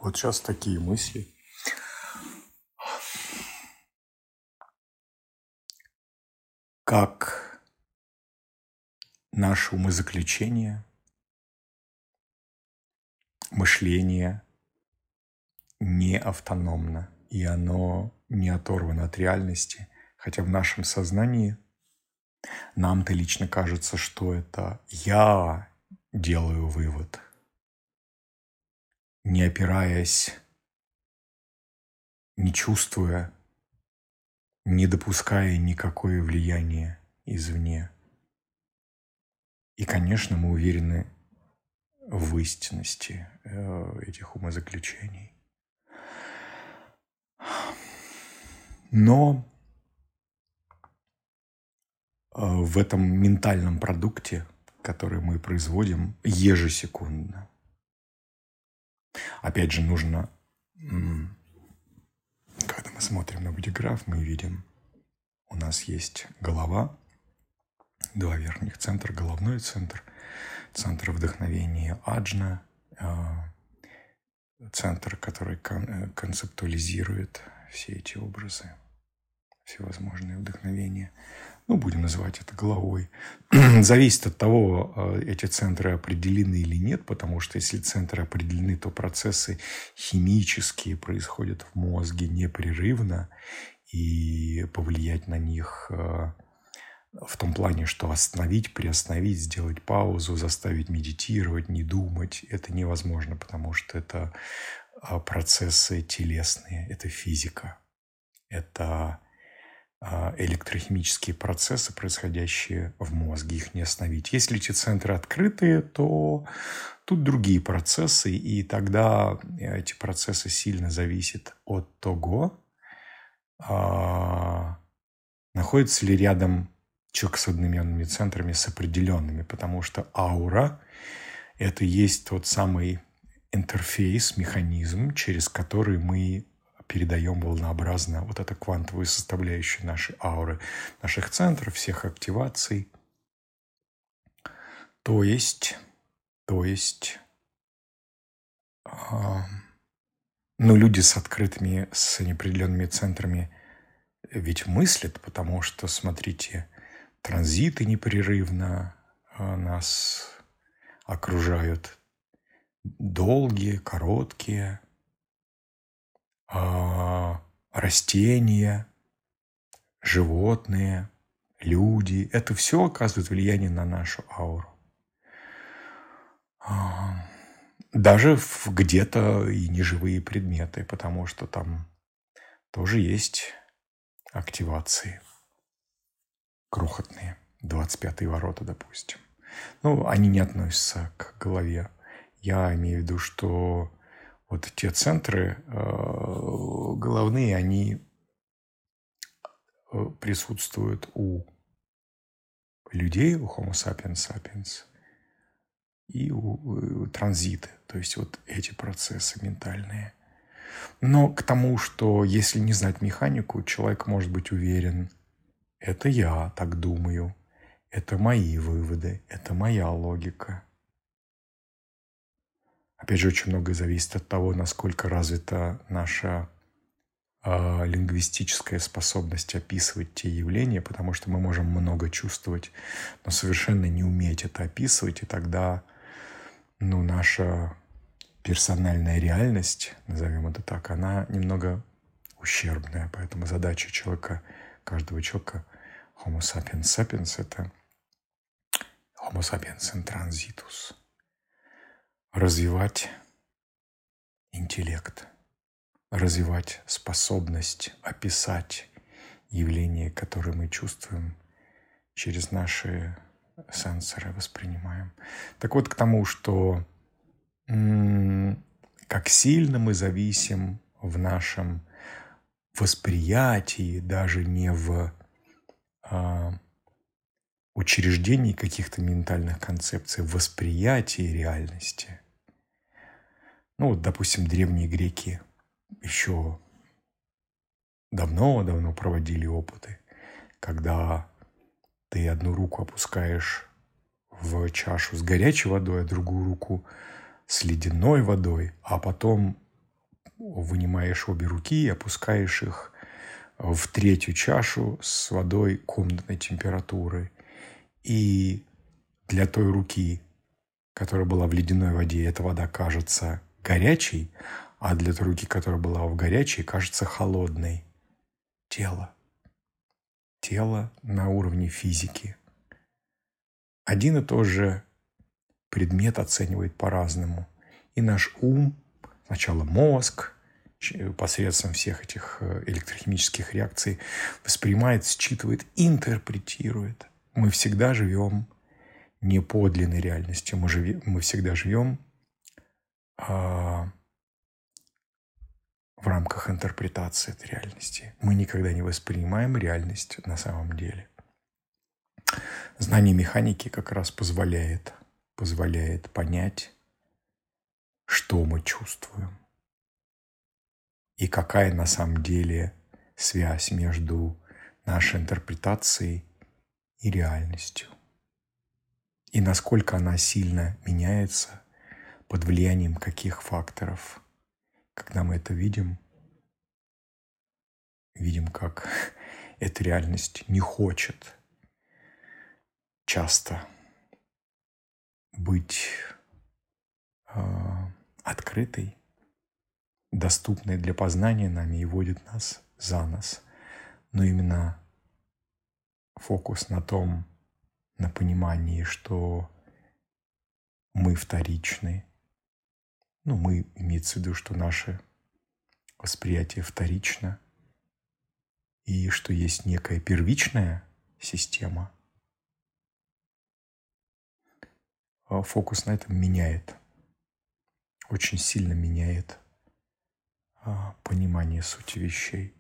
Вот сейчас такие мысли. Как наше умозаключение, мышление не автономно, и оно не оторвано от реальности. Хотя в нашем сознании нам-то лично кажется, что это я делаю вывод, не опираясь, не чувствуя, не допуская никакое влияние извне. И, конечно, мы уверены в истинности этих умозаключений. Но в этом ментальном продукте, который мы производим ежесекундно, опять же, нужно, когда мы смотрим на бодиграф, мы видим, у нас есть голова, два верхних центра, головной центр, центр вдохновения аджна, центр, который концептуализирует все эти образы, всевозможные вдохновения. Будем называть это головой. Зависит от того, эти центры определены или нет, потому что если центры определены, то процессы химические происходят в мозге непрерывно, и повлиять на них в том плане, что остановить, приостановить, сделать паузу, заставить медитировать, не думать, это невозможно, потому что это процессы телесные, это физика, это электрохимические процессы, происходящие в мозге, их не остановить. Если эти центры открытые, то тут другие процессы, и тогда эти процессы сильно зависят от того, находится ли рядом человек с одноименными центрами, с определенными, потому что аура – это есть тот самый интерфейс, механизм, через который мы передаем волнообразно вот эту квантовую составляющую нашей ауры, наших центров, всех активаций. То есть, люди с открытыми, с неопределенными центрами ведь мыслят, потому что, смотрите, транзиты непрерывно нас окружают, долгие, короткие, растения, животные, люди. Это все оказывает влияние на нашу ауру. Даже где-то и неживые предметы, потому что там тоже есть активации крохотные, 25-е ворота, допустим. Они не относятся к голове. Я имею в виду, что вот те центры головные, они присутствуют у людей, у Homo sapiens sapiens, и у транзиты, то есть вот эти процессы ментальные. Но к тому, что если не знать механику, человек может быть уверен, это я так думаю, это мои выводы, это моя логика. Опять же, очень многое зависит от того, насколько развита наша лингвистическая способность описывать те явления, потому что мы можем много чувствовать, но совершенно не уметь это описывать, и тогда наша персональная реальность, назовем это так, она немного ущербная. Поэтому задача человека, каждого человека, Homo sapiens sapiens, это Homo sapiens in transitus. Развивать интеллект, развивать способность описать явления, которые мы чувствуем, через наши сенсоры воспринимаем. Так вот, к тому, что как сильно мы зависим в нашем восприятии, даже не в учреждении каких-то ментальных концепций, в восприятии реальности. Допустим, древние греки еще давно проводили опыты, когда ты одну руку опускаешь в чашу с горячей водой, а другую руку с ледяной водой, а потом вынимаешь обе руки и опускаешь их в третью чашу с водой комнатной температуры. И для той руки, которая была в ледяной воде, эта вода кажется горячей, а для той руки, которая была в горячей, кажется холодной. Тело. Тело на уровне физики. Один и тот же предмет оценивает по-разному. И наш ум, сначала мозг, посредством всех этих электрохимических реакций, воспринимает, считывает, интерпретирует. Мы всегда живем не подлинной реальностью. Мы всегда живем в рамках интерпретации этой реальности. Мы никогда не воспринимаем реальность на самом деле. Знание механики как раз позволяет понять, что мы чувствуем и какая на самом деле связь между нашей интерпретацией и реальностью. И насколько она сильно меняется под влиянием каких факторов. Когда мы это видим, как эта реальность не хочет часто быть открытой, доступной для познания нами и водит нас за нос. Но именно фокус на понимании, что мы вторичны. Мы, имеется в виду, что наше восприятие вторично, и что есть некая первичная система. Фокус на этом меняет, очень сильно меняет понимание сути вещей.